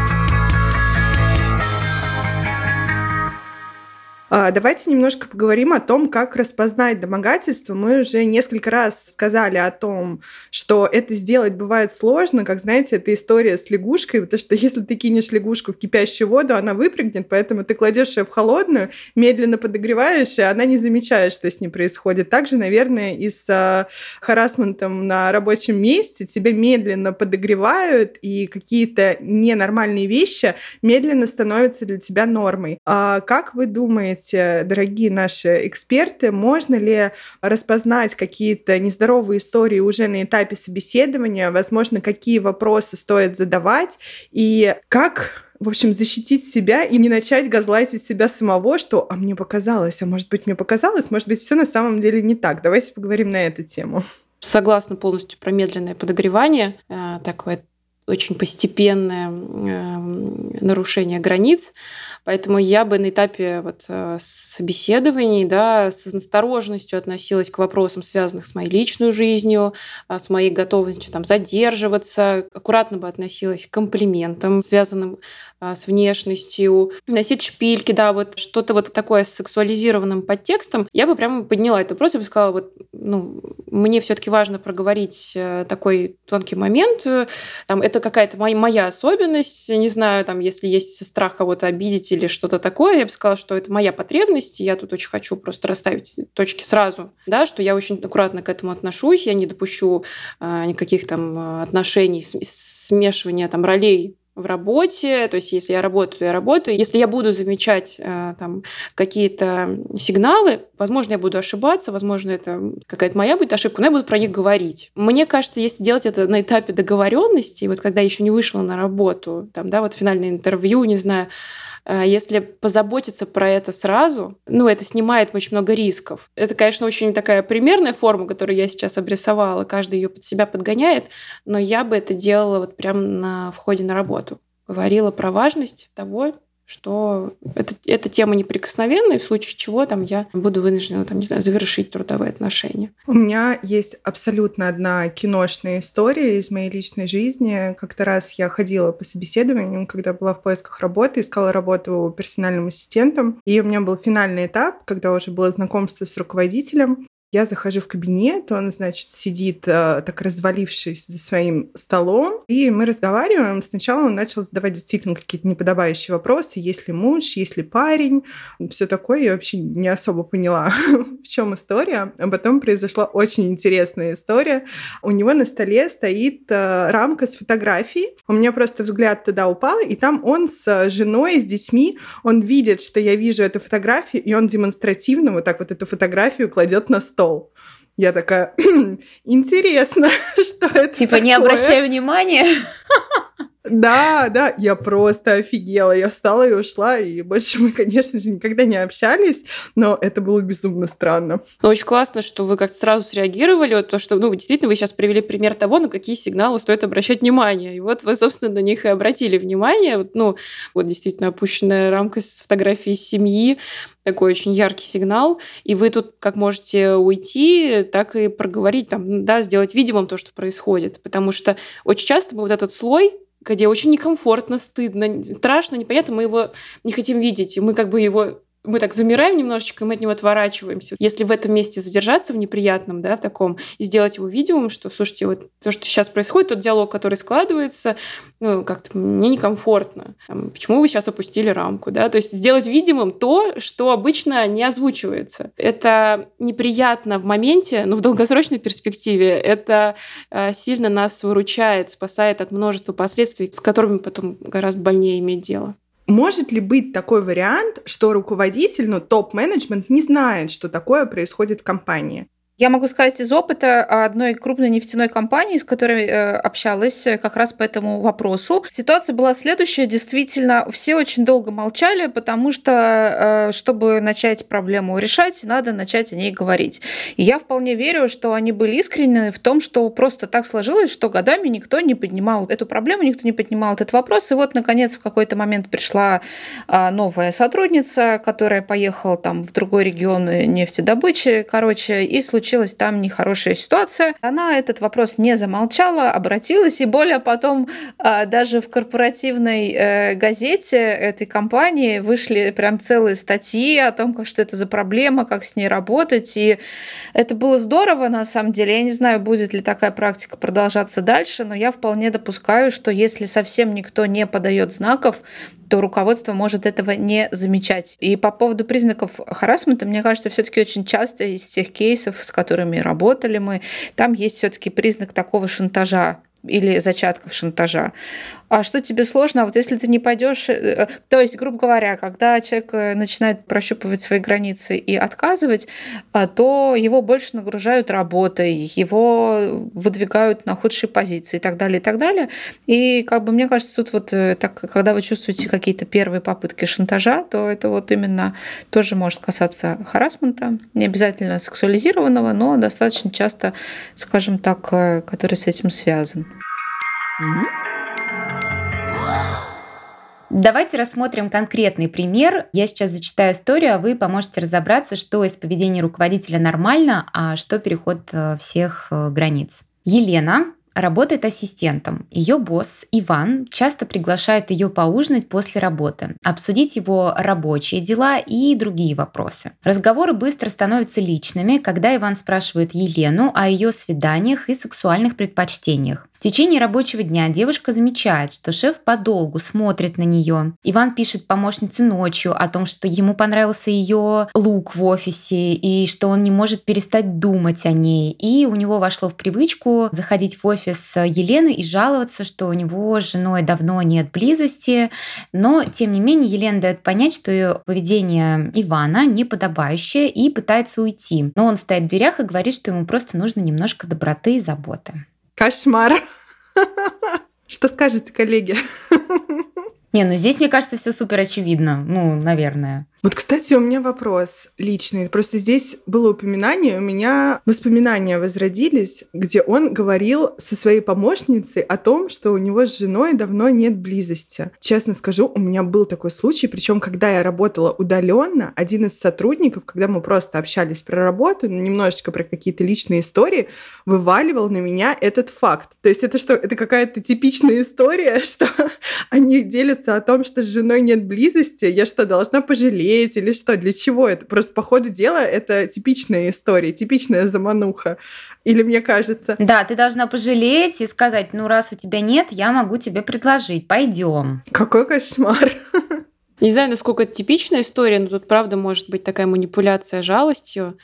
Давайте немножко поговорим о том, как распознать домогательство. Мы уже несколько раз сказали о том, что это сделать бывает сложно. Как знаете, это история с лягушкой, потому что если ты кинешь лягушку в кипящую воду, она выпрыгнет, поэтому ты кладешь ее в холодную, медленно подогреваешь, и она не замечает, что с ней происходит. Также, наверное, и с харассментом на рабочем месте тебя медленно подогревают, и какие-то ненормальные вещи медленно становятся для тебя нормой. А как вы думаете, дорогие наши эксперты, можно ли распознать какие-то нездоровые истории уже на этапе собеседования? Возможно, какие вопросы стоит задавать? И как, в общем, защитить себя и не начать газлайтить себя самого, что «а мне показалось», а может быть, мне показалось, может быть, все на самом деле не так. Давайте поговорим на эту тему.
Согласна полностью про медленное подогревание. Такое очень постепенное э, нарушение границ. Поэтому я бы на этапе вот, собеседований, да, с осторожностью относилась к вопросам, связанным с моей личной жизнью, с моей готовностью там, задерживаться. Аккуратно бы относилась к комплиментам, связанным э, с внешностью. Носить шпильки, да, вот что-то вот такое с сексуализированным подтекстом. Я бы прямо подняла этот вопрос и бы сказала, вот, ну, мне все-таки важно проговорить такой тонкий момент. Там, это какая-то моя, моя особенность, не знаю, там, если есть страх кого-то обидеть или что-то такое, я бы сказала, что это моя потребность, и я тут очень хочу просто расставить точки сразу, да, что я очень аккуратно к этому отношусь, я не допущу э, никаких там отношений, смешивания там ролей в работе, то есть если я работаю, я работаю. Если я буду замечать э, там, какие-то сигналы, Возможно, я буду ошибаться, возможно, это какая-то моя будет ошибка, но я буду про них говорить. Мне кажется, если делать это на этапе договоренности, вот когда еще не вышла на работу, там, да, вот финальное интервью, не знаю, если позаботиться про это сразу, ну, это снимает очень много рисков. Это, конечно, очень такая примерная форма, которую я сейчас обрисовала, каждый ее под себя подгоняет, но я бы это делала вот прямо на входе на работу. Говорила про важность того, что это, эта тема неприкосновенная, в случае чего там, я буду вынуждена там, не знаю, завершить трудовые отношения.
У меня есть абсолютно одна киношная история из моей личной жизни. Как-то раз я ходила по собеседованиям, когда была в поисках работы, искала работу персональным ассистентом. И у меня был финальный этап, когда уже было знакомство с руководителем. Я захожу в кабинет, он, значит, сидит э, так развалившись за своим столом, и мы разговариваем. Сначала он начал задавать действительно какие-то неподобающие вопросы. Есть ли муж, есть ли парень, все такое. Я вообще не особо поняла, в чем история. А потом произошла очень интересная история. У него на столе стоит э, рамка с фотографией. У меня просто взгляд туда упал, и там он с женой, с детьми. Он видит, что я вижу эту фотографию, и он демонстративно вот так вот эту фотографию кладет на стол. Я такая, интересно, что это
Типа
такое?
Не обращай внимания.
Да, да, я просто офигела. Я встала и ушла, и больше мы, конечно же, никогда не общались, но это было безумно странно.
Ну, очень классно, что вы как-то сразу среагировали, вот, потому что, ну, действительно, вы сейчас привели пример того, на какие сигналы стоит обращать внимание. И вот вы, собственно, на них и обратили внимание. Вот, ну, вот действительно опущенная рамка с фотографией семьи, такой очень яркий сигнал, и вы тут как можете уйти, так и проговорить, там, да, сделать видимым то, что происходит, потому что очень часто мы вот этот слой, где очень некомфортно, стыдно, страшно, непонятно, мы его не хотим видеть, и мы как бы его мы так замираем немножечко, и мы от него отворачиваемся. Если в этом месте задержаться в неприятном, да, в таком, и сделать его видимым, что, слушайте, вот то, что сейчас происходит, тот диалог, который складывается, ну, как-то мне некомфортно. Там, почему вы сейчас опустили рамку, да? То есть сделать видимым то, что обычно не озвучивается. Это неприятно в моменте, но в долгосрочной перспективе это э, сильно нас выручает, спасает от множества последствий, с которыми потом гораздо больнее иметь дело.
Может ли быть такой вариант, что руководитель, ну, топ-менеджмент не знает, что такое происходит в компании?
Я могу сказать из опыта одной крупной нефтяной компании, с которой э, общалась как раз по этому вопросу. Ситуация была следующая. Действительно, все очень долго молчали, потому что, э, чтобы начать проблему решать, надо начать о ней говорить. И я вполне верю, что они были искренны в том, что просто так сложилось, что годами никто не поднимал эту проблему, никто не поднимал этот вопрос. И вот, наконец, в какой-то момент пришла э, новая сотрудница, которая поехала там в другой регион нефтедобычи, короче, и случилось Случилась там нехорошая ситуация. Она этот вопрос не замолчала, обратилась, и более потом даже в корпоративной газете этой компании вышли прям целые статьи о том, как, что это за проблема, как с ней работать. И это было здорово, на самом деле. Я не знаю, будет ли такая практика продолжаться дальше, но я вполне допускаю, что если совсем никто не подает знаков, то руководство может этого не замечать. И по поводу признаков харассмента, мне кажется, все-таки очень часто из тех кейсов, с которыми работали мы, там есть все-таки признак такого шантажа или зачатков шантажа. А что тебе сложно? А вот если ты не пойдешь, то есть, грубо говоря, когда человек начинает прощупывать свои границы и отказывать, то его больше нагружают работой, его выдвигают на худшие позиции и так далее, и так далее. И как бы мне кажется, тут вот так, когда вы чувствуете какие-то первые попытки шантажа, то это вот именно тоже может касаться харассмента, не обязательно сексуализированного, но достаточно часто, скажем так, который с этим связан.
Давайте рассмотрим конкретный пример. Я сейчас зачитаю историю, а вы поможете разобраться, что из поведения руководителя нормально, а что переход всех границ. Елена работает ассистентом. Ее босс Иван часто приглашает ее поужинать после работы, обсудить его рабочие дела и другие вопросы. Разговоры быстро становятся личными, когда Иван спрашивает Елену о ее свиданиях и сексуальных предпочтениях. В течение рабочего дня девушка замечает, что шеф подолгу смотрит на нее. Иван пишет помощнице ночью о том, что ему понравился ее лук в офисе и что он не может перестать думать о ней. И у него вошло в привычку заходить в офис Елены и жаловаться, что у него с женой давно нет близости. Но, тем не менее, Елена дает понять, что ее поведение Ивана неподобающее и пытается уйти. Но он стоит в дверях и говорит, что ему просто нужно немножко доброты и заботы.
Кошмар. Что скажете, коллеги?
Не, ну здесь, мне кажется, все супер очевидно. Ну, наверное.
Вот, кстати, у меня вопрос личный. Просто здесь было упоминание, у меня воспоминания возродились, где он говорил со своей помощницей о том, что у него с женой давно нет близости. Честно скажу, у меня был такой случай, причем когда я работала удаленно, один из сотрудников, когда мы просто общались про работу, немножечко про какие-то личные истории, вываливал на меня этот факт. То есть это что, это какая-то типичная история, что они делятся о том, что с женой нет близости, я что, должна пожалеть или что? Для чего это? Просто по ходу дела это типичная история, типичная замануха. Или мне кажется...
Да, ты должна пожалеть и сказать, ну раз у тебя нет, я могу тебе предложить, пойдем.
Какой кошмар.
Не знаю, насколько это типичная история, но тут, правда, может быть такая манипуляция жалостью,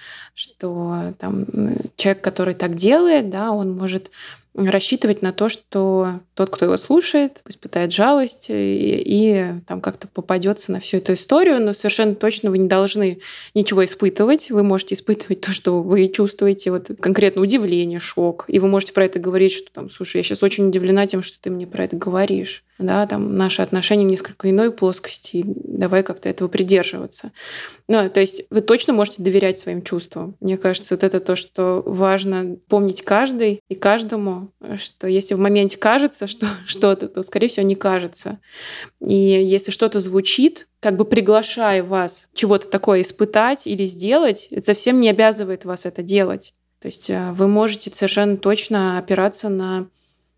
что там человек, который так делает, да, он может рассчитывать на то, что тот, кто его слушает, испытает жалость и, и там как-то попадется на всю эту историю, но совершенно точно вы не должны ничего испытывать. Вы можете испытывать то, что вы чувствуете, вот конкретно удивление, шок, и вы можете про это говорить, что там, слушай, я сейчас очень удивлена тем, что ты мне про это говоришь. Да, там наши отношения в несколько иной плоскости, давай как-то этого придерживаться. Ну, то есть вы точно можете доверять своим чувствам. Мне кажется, вот это то, что важно помнить каждый и каждому, что если в моменте кажется, что что-то, то, скорее всего, не кажется. И если что-то звучит, как бы приглашая вас чего-то такое испытать или сделать, это совсем не обязывает вас это делать. То есть вы можете совершенно точно опираться на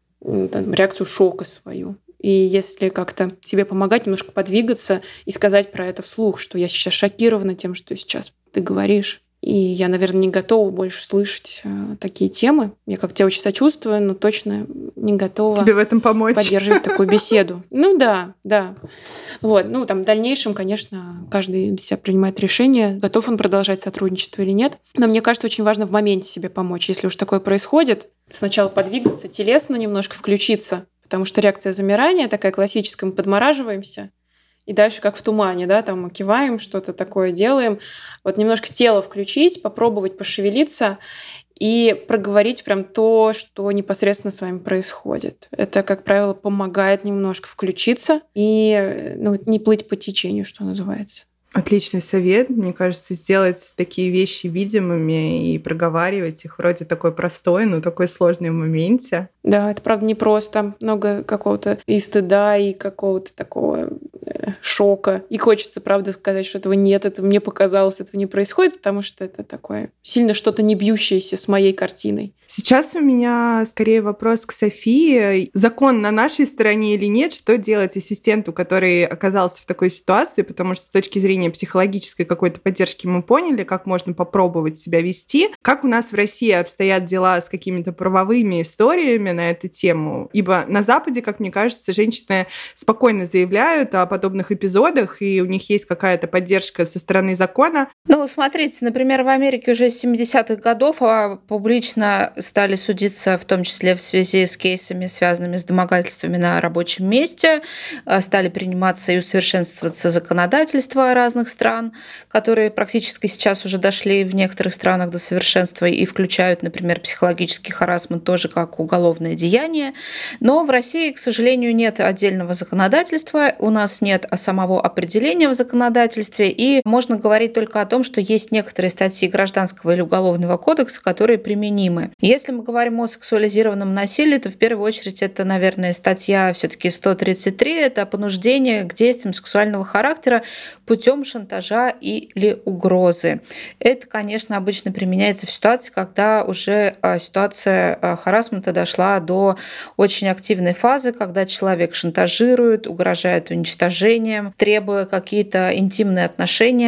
там, реакцию шока свою. И если как-то себе помогать, немножко подвигаться и сказать про это вслух, что я сейчас шокирована тем, что сейчас ты говоришь. И я, наверное, не готова больше слышать э, такие темы. Я как тебя очень сочувствую, но точно не готова
тебе в этом помочь.
Поддерживать такую беседу. Ну да, да. Вот. Ну, там в дальнейшем, конечно, каждый для себя принимает решение, готов он продолжать сотрудничество или нет. Но мне кажется, очень важно в моменте себе помочь. Если уж такое происходит, сначала подвигаться, телесно немножко включиться, потому что реакция замирания такая классическая, мы подмораживаемся, и дальше как в тумане, да, там мы киваем, что-то такое делаем. Вот немножко тело включить, попробовать пошевелиться и проговорить прям то, что непосредственно с вами происходит. Это, как правило, помогает немножко включиться и ну, не плыть по течению, что называется.
Отличный совет, мне кажется, сделать такие вещи видимыми и проговаривать их вроде такой простой, но такой сложный в моменте.
Да, это правда непросто. Много какого-то и стыда, и какого-то такого шока. И хочется, правда, сказать, что этого нет, этого мне показалось, этого не происходит, потому что это такое сильно что-то не бьющееся с моей картиной.
Сейчас у меня скорее вопрос к Софии. Закон на нашей стороне или нет? Что делать ассистенту, который оказался в такой ситуации? Потому что с точки зрения психологической какой-то поддержки мы поняли, как можно попробовать себя вести. Как у нас в России обстоят дела с какими-то правовыми историями на эту тему? Ибо на Западе, как мне кажется, женщины спокойно заявляют о подобных эпизодах, и у них есть какая-то поддержка со стороны закона.
Ну, смотрите, например, в Америке уже с семидесятых годов публично стали судиться, в том числе в связи с кейсами, связанными с домогательствами на рабочем месте, стали приниматься и усовершенствоваться законодательства разных стран, которые практически сейчас уже дошли в некоторых странах до совершенства и включают, например, психологический харассмент тоже как уголовное деяние. Но в России, к сожалению, нет отдельного законодательства, у нас нет самого определения в законодательстве, и можно говорить только о том, что есть некоторые статьи Гражданского или Уголовного кодекса, которые применимы. Если мы говорим о сексуализированном насилии, то в первую очередь это, наверное, статья все-таки сто тридцать три, это понуждение к действиям сексуального характера путем шантажа или угрозы. Это, конечно, обычно применяется в ситуации, когда уже ситуация харассмента дошла до очень активной фазы, когда человек шантажирует, угрожает уничтожением, требуя какие-то интимные отношения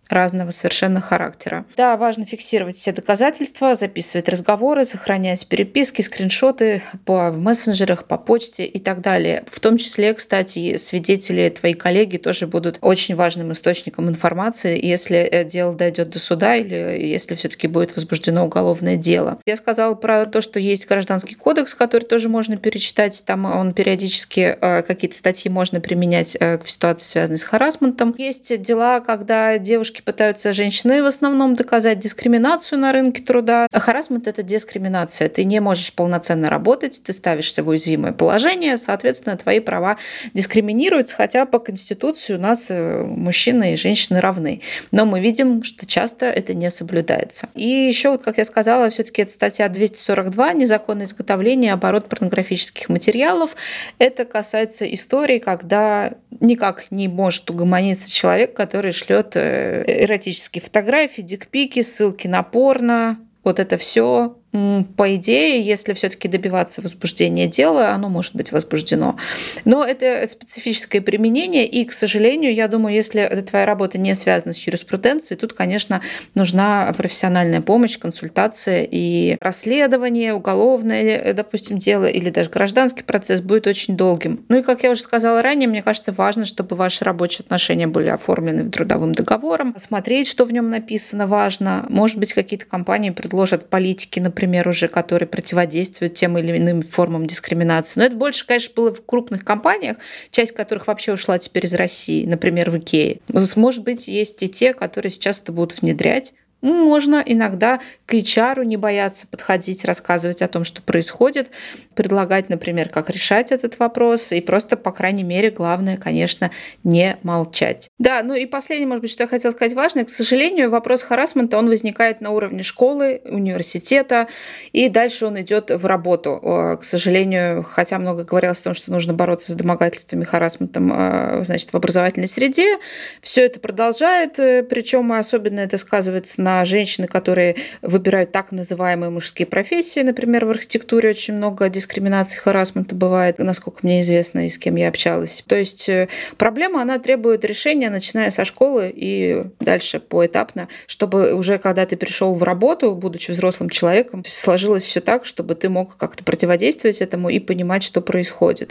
разного совершенно характера. Да, важно фиксировать все доказательства, записывать разговоры, сохранять переписки, скриншоты по в мессенджерах, по почте и так далее. В том числе, кстати, свидетели, твои коллеги тоже будут очень важным источником информации, если дело дойдет до суда или если все-таки будет возбуждено уголовное дело. Я сказала про то, что есть Гражданский кодекс, который тоже можно перечитать. Там он периодически какие-то статьи можно применять в ситуации, связанной с харассментом. Есть дела, когда девушки пытаются, женщины в основном, доказать дискриминацию на рынке труда. А харассмент — это дискриминация. Ты не можешь полноценно работать, ты ставишься в уязвимое положение, соответственно, твои права дискриминируются, хотя по Конституции у нас мужчины и женщины равны. Но мы видим, что часто это не соблюдается. И еще, вот, как я сказала, все-таки это статья двести сорок два «Незаконное изготовление и оборот порнографических материалов». Это касается истории, когда никак не может угомониться человек, который шлет эротические фотографии, дикпики, ссылки на порно. Вот это все. По идее, если все-таки добиваться возбуждения дела, оно может быть возбуждено. Но это специфическое применение, и, к сожалению, я думаю, если твоя работа не связана с юриспруденцией, тут, конечно, нужна профессиональная помощь, консультация и расследование, уголовное, допустим, дело или даже гражданский процесс будет очень долгим. Ну и, как я уже сказала ранее, мне кажется, важно, чтобы ваши рабочие отношения были оформлены трудовым договором. Смотреть, что в нем написано, важно. Может быть, какие-то компании предложат политики, например, например, уже, которые противодействуют тем или иным формам дискриминации. Но это больше, конечно, было в крупных компаниях, часть которых вообще ушла теперь из России, например, в Икее. Может быть, есть и те, которые сейчас это будут внедрять. Можно иногда к эйч ар не бояться подходить, рассказывать о том, что происходит, предлагать, например, как решать этот вопрос, и просто, по крайней мере, главное, конечно, не молчать. Да, ну и последнее, может быть, что я хотела сказать важное, к сожалению, вопрос харассмента, он возникает на уровне школы, университета, и дальше он идет в работу. К сожалению, хотя много говорилось о том, что нужно бороться с домогательствами, харассментом, значит, в образовательной среде, все это продолжает, причем особенно это сказывается на женщины, которые выбирают так называемые мужские профессии. Например, в архитектуре очень много дискриминации, харассмента бывает, насколько мне известно и с кем я общалась. То есть проблема, она требует решения, начиная со школы и дальше поэтапно, чтобы уже когда ты пришел в работу, будучи взрослым человеком, сложилось все так, чтобы ты мог как-то противодействовать этому и понимать, что происходит.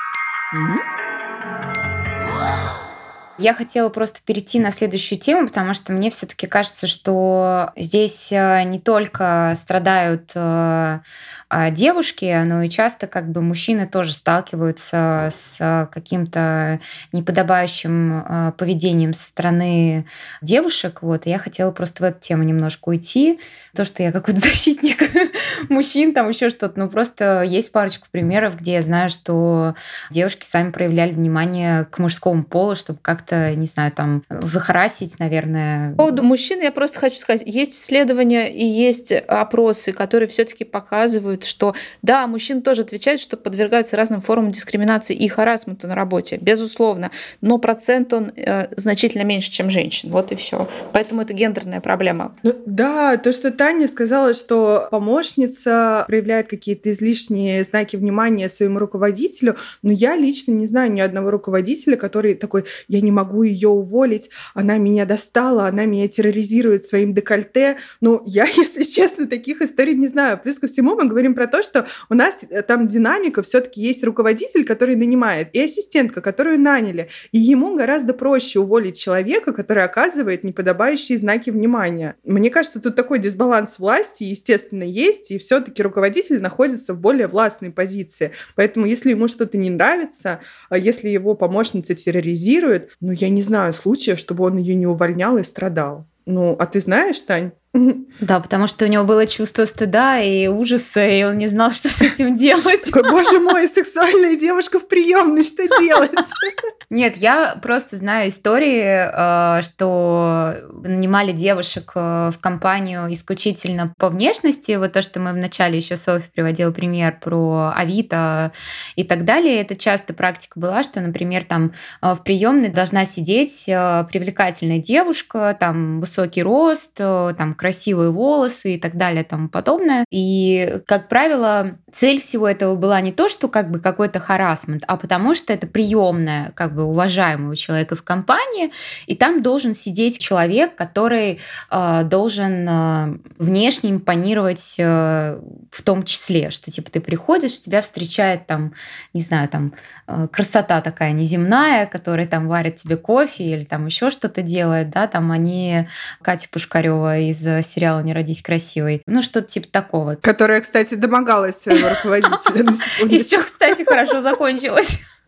Mm-hmm. Я хотела просто перейти на следующую тему, потому что мне все-таки кажется, что здесь не только страдают девушки, но и часто как бы мужчины тоже сталкиваются с каким-то неподобающим поведением со стороны девушек. Вот, и я хотела просто в эту тему немножко уйти. То, что я какой-то защитник мужчин, там еще что-то. Ну, просто есть парочку примеров, где я знаю, что девушки сами проявляли внимание к мужскому полу, чтобы как-то, не знаю, там, захарасить, наверное.
По поводу мужчин я просто хочу сказать, есть исследования и есть опросы, которые все-таки показывают, что да, мужчины тоже отвечают, что подвергаются разным формам дискриминации и харассменту на работе, безусловно, но процент он э, значительно меньше, чем женщин. Вот и все. Поэтому это гендерная проблема.
Ну, да, то, что Таня сказала, что помощница проявляет какие-то излишние знаки внимания своему руководителю, но я лично не знаю ни одного руководителя, который такой: я не могу ее уволить, она меня достала, она меня терроризирует своим декольте. Ну, я, если честно, таких историй не знаю. Плюс ко всему мы говорим про то, что у нас там динамика, все-таки есть руководитель, который нанимает, и ассистентка, которую наняли. И ему гораздо проще уволить человека, который оказывает неподобающие знаки внимания. Мне кажется, тут такой дисбаланс власти, естественно, есть, и все-таки руководитель находится в более властной позиции. Поэтому, если ему что-то не нравится, если его помощница терроризирует, ну, я не знаю случаев, чтобы он ее не увольнял и страдал. Ну, а ты знаешь, Тань?
Да, потому что у него было чувство стыда и ужаса, и он не знал, что с этим делать.
Такой: боже мой, сексуальная девушка в приемной, что делать?
Нет, я просто знаю истории, что нанимали девушек в компанию исключительно по внешности. Вот то, что мы вначале еще Софья приводила пример про Авито и так далее. Это часто практика была, что, например, там в приемной должна сидеть привлекательная девушка, там высокий рост, там красивые волосы и так далее и тому подобное. И, как правило, цель всего этого была не то, что как бы какой-то харассмент, а потому что это приемная, как бы уважаемого человека в компании, и там должен сидеть человек, который э, должен э, внешне импонировать э, в том числе, что типа ты приходишь, тебя встречает там, не знаю, там э, красота такая неземная, которая там варит тебе кофе или там еще что-то делает, да, там они, Катя Пушкарева из сериала «Не родись красивой», ну что-то типа такого.
Которая, кстати, домогалась своего руководителя.
И все, кстати, хорошо закончилось.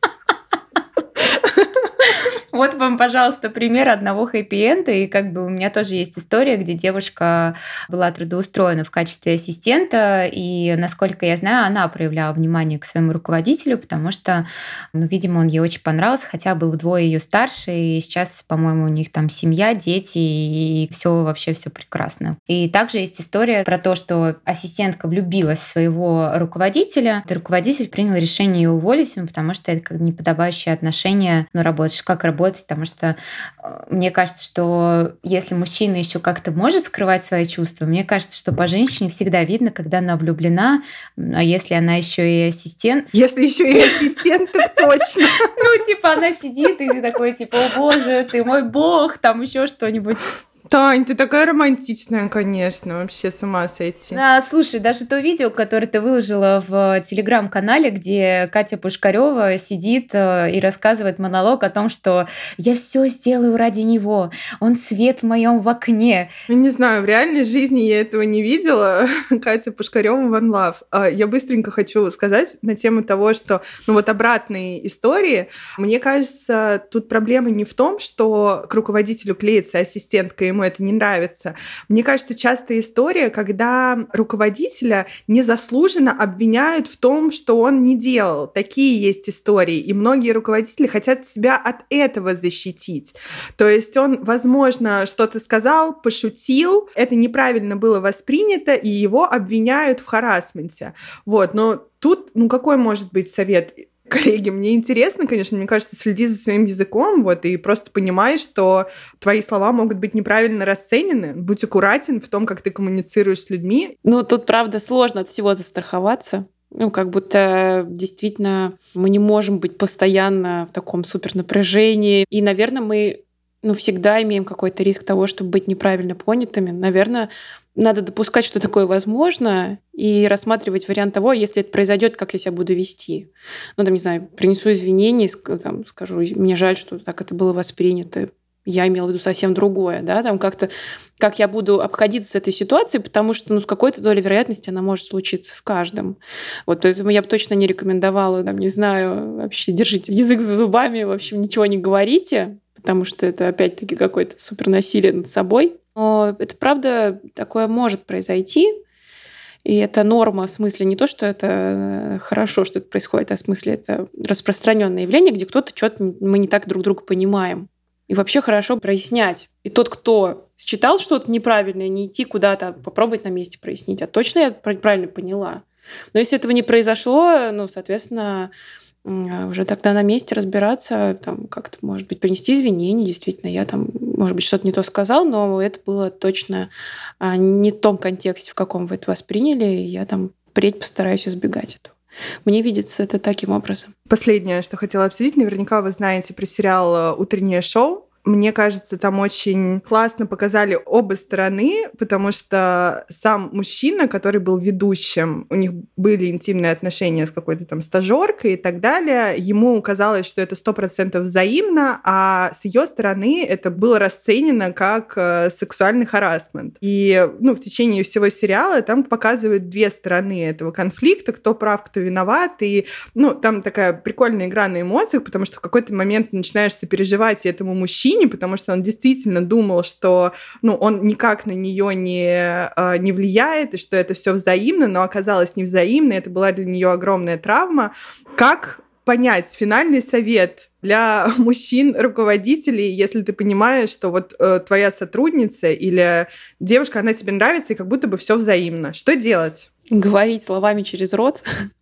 Вот вам, пожалуйста, пример одного хэппи-энда. И как бы у меня тоже есть история, где девушка была трудоустроена в качестве ассистента, и, насколько я знаю, она проявляла внимание к своему руководителю, потому что, ну, видимо, он ей очень понравился, хотя был вдвое ее старше, и сейчас, по-моему, у них там семья, дети, и все вообще все прекрасно. И также есть история про то, что ассистентка влюбилась в своего руководителя, и руководитель принял решение ее уволить, потому что это как бы неподобающее отношение, ну, работаешь, как работать, потому что мне кажется, что если мужчина еще как-то может скрывать свои чувства, мне кажется, что по женщине всегда видно, когда она влюблена, а если она еще и ассистент.
Если еще и ассистент, так точно.
Ну, типа, она сидит, и ты такой, типа, о боже, ты мой бог, там еще что-нибудь.
Тань, ты такая романтичная, конечно, вообще с ума сойти.
Да, слушай, даже то видео, которое ты выложила в телеграм-канале, где Катя Пушкарева сидит и рассказывает монолог о том, что я все сделаю ради него, он свет в моем в окне.
Я не знаю, в реальной жизни я этого не видела. Катя Пушкарева One Love. Я быстренько хочу сказать на тему того, что, ну вот обратные истории. Мне кажется, тут проблема не в том, что к руководителю клеится ассистентка, ему это не нравится. Мне кажется, частая история, когда руководителя незаслуженно обвиняют в том, что он не делал. Такие есть истории. И многие руководители хотят себя от этого защитить. То есть он, возможно, что-то сказал, пошутил, это неправильно было воспринято, и его обвиняют в харассменте. Вот. Но тут, ну, какой может быть совет? Коллеги, мне интересно, конечно, мне кажется, следи за своим языком, вот, и просто понимай, что твои слова могут быть неправильно расценены. Будь аккуратен в том, как ты коммуницируешь с людьми.
Ну, тут, правда, сложно от всего застраховаться. Ну, как будто действительно мы не можем быть постоянно в таком супернапряжении. И, наверное, мы ну, всегда имеем какой-то риск того, чтобы быть неправильно понятыми. Наверное, надо допускать, что такое возможно, и рассматривать вариант того, если это произойдет, как я себя буду вести. Ну, там, не знаю, принесу извинения, там, скажу, мне жаль, что так это было воспринято. Я имела в виду совсем другое, да, там как-то, как я буду обходиться с этой ситуацией, потому что, ну, с какой-то долей вероятности она может случиться с каждым. Вот поэтому я бы точно не рекомендовала, там, не знаю, вообще держите язык за зубами, в общем, ничего не говорите, потому что это, опять-таки, какое-то супернасилие над собой. Но это, правда, такое может произойти, и это норма, в смысле не то, что это хорошо, что это происходит, а в смысле это распространенное явление, где кто-то что-то мы не так друг друга понимаем. И вообще хорошо прояснять. И тот, кто считал что-то неправильное, не идти куда-то, попробовать на месте прояснить. А точно я правильно поняла? Но если этого не произошло, ну, соответственно, уже тогда на месте разбираться, там, как-то, может быть, принести извинения. Действительно, я там, может быть, что-то не то сказал, но это было точно не в том контексте, в каком вы это восприняли. И я там впредь постараюсь избегать этого. Мне видится это таким образом.
Последнее, что хотела обсудить, наверняка вы знаете про сериал «Утреннее шоу». Мне кажется, там очень классно показали оба стороны, потому что сам мужчина, который был ведущим, у них были интимные отношения с какой-то там стажеркой и так далее, ему казалось, что это сто процентов взаимно, а с ее стороны это было расценено как сексуальный харассмент. И ну, в течение всего сериала там показывают две стороны этого конфликта, кто прав, кто виноват, и ну, там такая прикольная игра на эмоциях, потому что в какой-то момент ты начинаешь сопереживать этому мужчине, потому что он действительно думал, что ну, он никак на нее не, не влияет, и что это все взаимно, но оказалось не взаимно, это была для нее огромная травма. Как понять финальный совет для мужчин-руководителей, если ты понимаешь, что вот э, твоя сотрудница или девушка, она тебе нравится, и как будто бы все взаимно? Что делать?
Говорить словами через рот.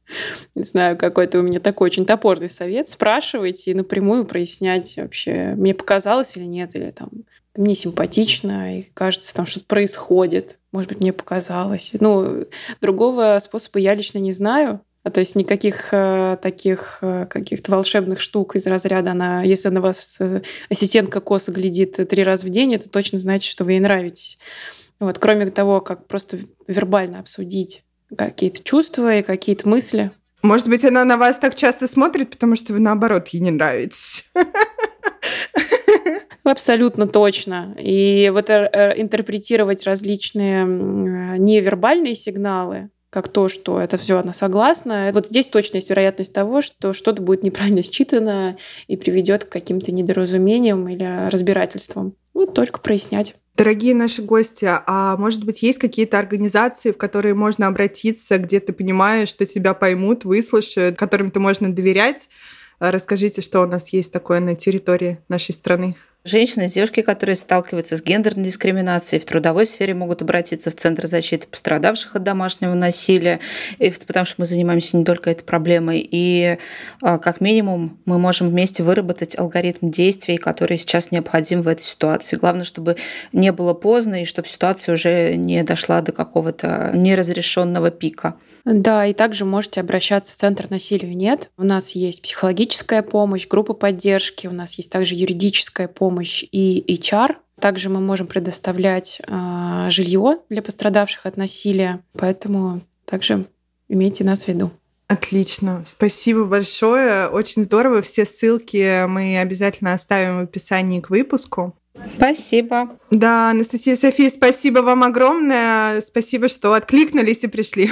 Не знаю, какой-то у меня такой очень топорный совет. Спрашивайте и напрямую прояснять вообще, мне показалось или нет, или там мне симпатично, и кажется, там что-то происходит. Может быть, мне показалось. Ну, другого способа я лично не знаю. А то есть никаких э, таких э, каких-то волшебных штук из разряда, она, если на вас э, ассистентка косо глядит три раза в день, это точно значит, что вы ей нравитесь. Вот, кроме того, как просто вербально обсудить какие-то чувства и какие-то мысли.
Может быть, она на вас так часто смотрит, потому что вы, наоборот, ей не нравитесь.
Абсолютно точно. И вот интерпретировать различные невербальные сигналы, как то, что это все она согласна. Вот здесь точно есть вероятность того, что что-то будет неправильно считано и приведет к каким-то недоразумениям или разбирательствам. Вот только прояснять.
Дорогие наши гости, а может быть, есть какие-то организации, в которые можно обратиться, где ты понимаешь, что тебя поймут, выслушают, которым-то можно доверять? Расскажите, что у нас есть такое на территории нашей страны.
Женщины, девушки, которые сталкиваются с гендерной дискриминацией в трудовой сфере, могут обратиться в Центр защиты пострадавших от домашнего насилия, потому что мы занимаемся не только этой проблемой. И как минимум мы можем вместе выработать алгоритм действий, который сейчас необходим в этой ситуации. Главное, чтобы не было поздно и чтобы ситуация уже не дошла до какого-то неразрешенного пика.
Да, и также можете обращаться в Центр насилию нет. У нас есть психологическая помощь, группа поддержки, у нас есть также юридическая помощь и эйч ар. Также мы можем предоставлять э, жилье для пострадавших от насилия, поэтому также имейте нас в виду.
Отлично. Спасибо большое. Очень здорово. Все ссылки мы обязательно оставим в описании к выпуску.
Спасибо.
Да, Анастасия, София, спасибо вам огромное. Спасибо, что откликнулись и пришли.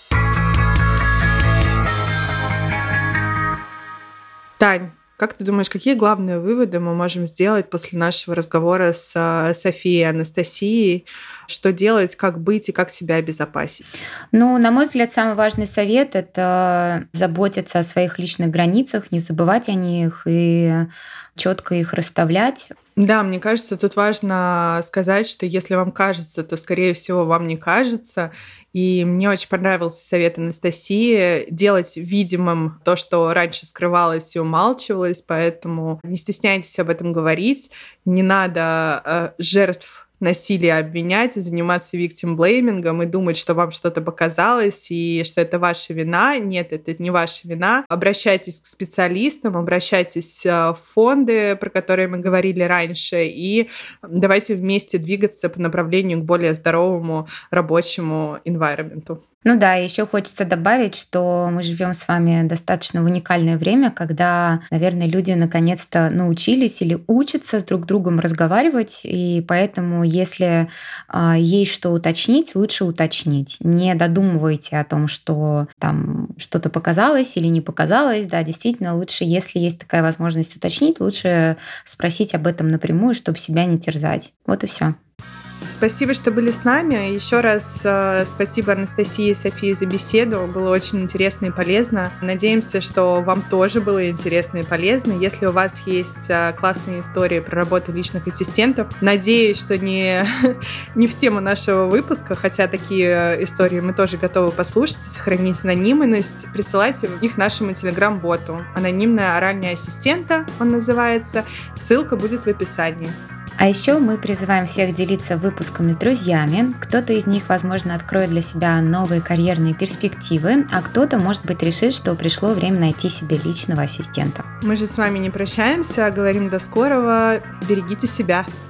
Тань, как ты думаешь, какие главные выводы мы можем сделать после нашего разговора с Софией и Анастасией? Что делать, как быть и как себя обезопасить?
Ну, на мой взгляд, самый важный совет — это заботиться о своих личных границах, не забывать о них и четко их расставлять.
Да, мне кажется, тут важно сказать, что если вам кажется, то, скорее всего, вам не кажется. И мне очень понравился совет Анастасии делать видимым то, что раньше скрывалось и умалчивалось, поэтому не стесняйтесь об этом говорить. Не надо э, жертв насилие обвинять, заниматься victim-блеймингом и думать, что вам что-то показалось и что это ваша вина. Нет, это не ваша вина. Обращайтесь к специалистам, обращайтесь в фонды, про которые мы говорили раньше, и давайте вместе двигаться по направлению к более здоровому рабочему environment.
Ну да, еще хочется добавить, что мы живем с вами достаточно в уникальное время, когда, наверное, люди наконец-то научились или учатся с друг другом разговаривать, и поэтому, если э, есть что уточнить, лучше уточнить. Не додумывайте о том, что там что-то показалось или не показалось. Да, действительно, лучше, если есть такая возможность уточнить, лучше спросить об этом напрямую, чтобы себя не терзать. Вот и все.
Спасибо, что были с нами. Еще раз э, спасибо Анастасии и Софии за беседу. Было очень интересно и полезно. Надеемся, что вам тоже было интересно и полезно. Если у вас есть э, классные истории про работу личных ассистентов, надеюсь, что не, не в тему нашего выпуска, хотя такие истории мы тоже готовы послушать и сохранить анонимность, присылайте их нашему телеграм-боту. Анонимная оральная ассистента он называется. Ссылка будет в описании.
А еще мы призываем всех делиться выпусками с друзьями. Кто-то из них, возможно, откроет для себя новые карьерные перспективы, а кто-то, может быть, решит, что пришло время найти себе личного ассистента.
Мы же с вами не прощаемся, а говорим до скорого. Берегите себя.